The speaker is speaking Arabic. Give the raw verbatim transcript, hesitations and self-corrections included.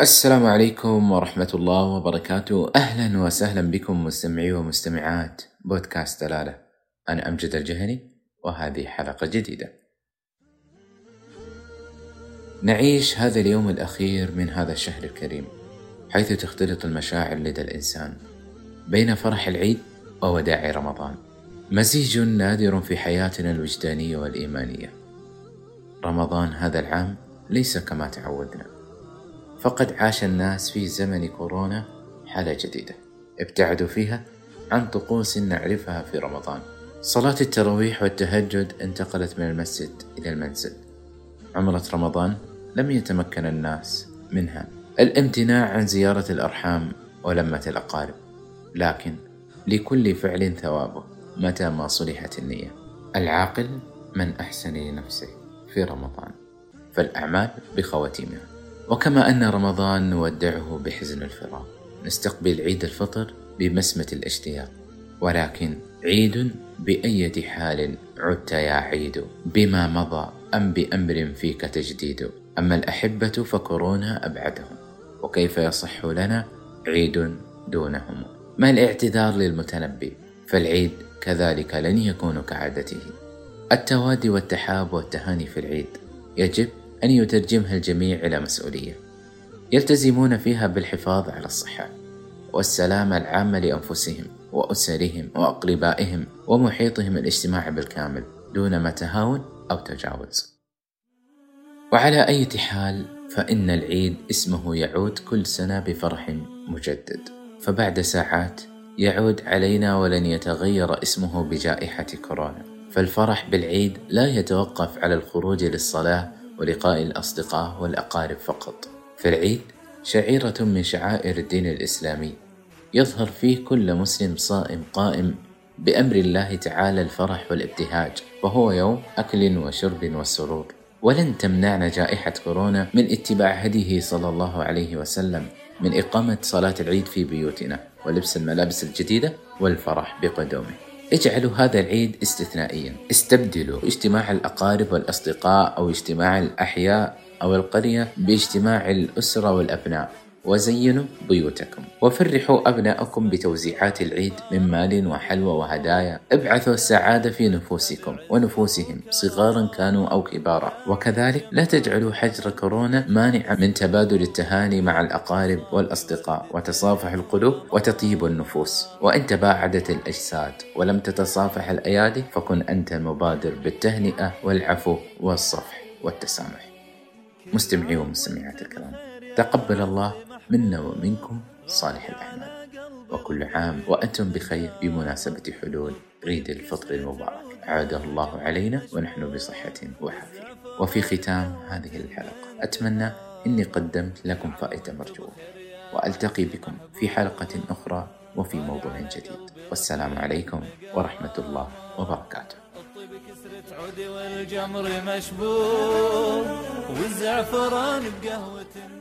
السلام عليكم ورحمة الله وبركاته. أهلا وسهلا بكم مستمعي ومستمعات بودكاست دلالة. أنا أمجد الجهني وهذه حلقة جديدة. نعيش هذا اليوم الأخير من هذا الشهر الكريم، حيث تختلط المشاعر لدى الإنسان بين فرح العيد ووداع رمضان، مزيج نادر في حياتنا الوجدانية والإيمانية. رمضان هذا العام ليس كما تعودنا، فقد عاش الناس في زمن كورونا حالة جديدة ابتعدوا فيها عن طقوس نعرفها في رمضان. صلاة التراويح والتهجد انتقلت من المسجد إلى المنزل. عمرة رمضان لم يتمكن الناس منها. الامتناع عن زيارة الأرحام ولمة الأقارب، لكن لكل فعل ثوابه متى ما صلحت النية. العاقل من أحسن لنفسه في رمضان، فالأعمال بخواتيمها. وكما أن رمضان نودعه بحزن الفراق، نستقبل عيد الفطر ببسمة الاشتياق. ولكن عيد بأية حال عدت يا عيد، بما مضى أم بأمر فيك تجديد. أما الأحبة فكورونا أبعدهم، وكيف يصح لنا عيد دونهم؟ ما الاعتذار للمتنبي؟ فالعيد كذلك لن يكون كعادته. التوادي والتحاب والتهاني في العيد يجب أن يترجمها الجميع إلى مسؤولية، يلتزمون فيها بالحفاظ على الصحة والسلامة العامة لأنفسهم وأسرهم وأقربائهم ومحيطهم الاجتماعي بالكامل، دون ما تهاون أو تجاوز. وعلى أي حال فإن العيد اسمه يعود كل سنة بفرح مجدد، فبعد ساعات يعود علينا ولن يتغير اسمه بجائحة كورونا. فالفرح بالعيد لا يتوقف على الخروج للصلاة ولقاء الأصدقاء والأقارب فقط. فالعيد شعيرة من شعائر الدين الإسلامي، يظهر فيه كل مسلم صائم قائم بأمر الله تعالى الفرح والابتهاج، وهو يوم أكل وشرب والسرور. ولن تمنعنا جائحة كورونا من اتباع هديه صلى الله عليه وسلم، من إقامة صلاة العيد في بيوتنا ولبس الملابس الجديدة والفرح بقدومه. اجعلوا هذا العيد استثنائيا، استبدلوا اجتماع الأقارب والأصدقاء أو اجتماع الأحياء أو القرية باجتماع الأسرة والأبناء، وزينوا بيوتكم وفرحوا أبناءكم بتوزيعات العيد من مال وحلوى وهدايا. ابعثوا السعادة في نفوسكم ونفوسهم، صغارا كانوا أو كبارا. وكذلك لا تجعلوا حجر كورونا مانعا من تبادل التهاني مع الأقارب والأصدقاء وتصافح القلوب وتطيب النفوس. وإن تباعدت الأجساد ولم تتصافح الأيادي، فكن أنت المبادر بالتهنئة والعفو والصفح والتسامح. مستمعي ومستمعات الكرام، تقبل الله منا ومنكم صالح الأعمال، وكل عام وأنتم بخير بمناسبة حلول عيد الفطر المبارك، عاده الله علينا ونحن بصحة وعافية. وفي ختام هذه الحلقة أتمنى أني قدمت لكم فائدة مرجوة، وألتقي بكم في حلقة أخرى وفي موضوع جديد، والسلام عليكم ورحمة الله وبركاته. كسرة عود والجمر مشبوه، والزعفران بقهوة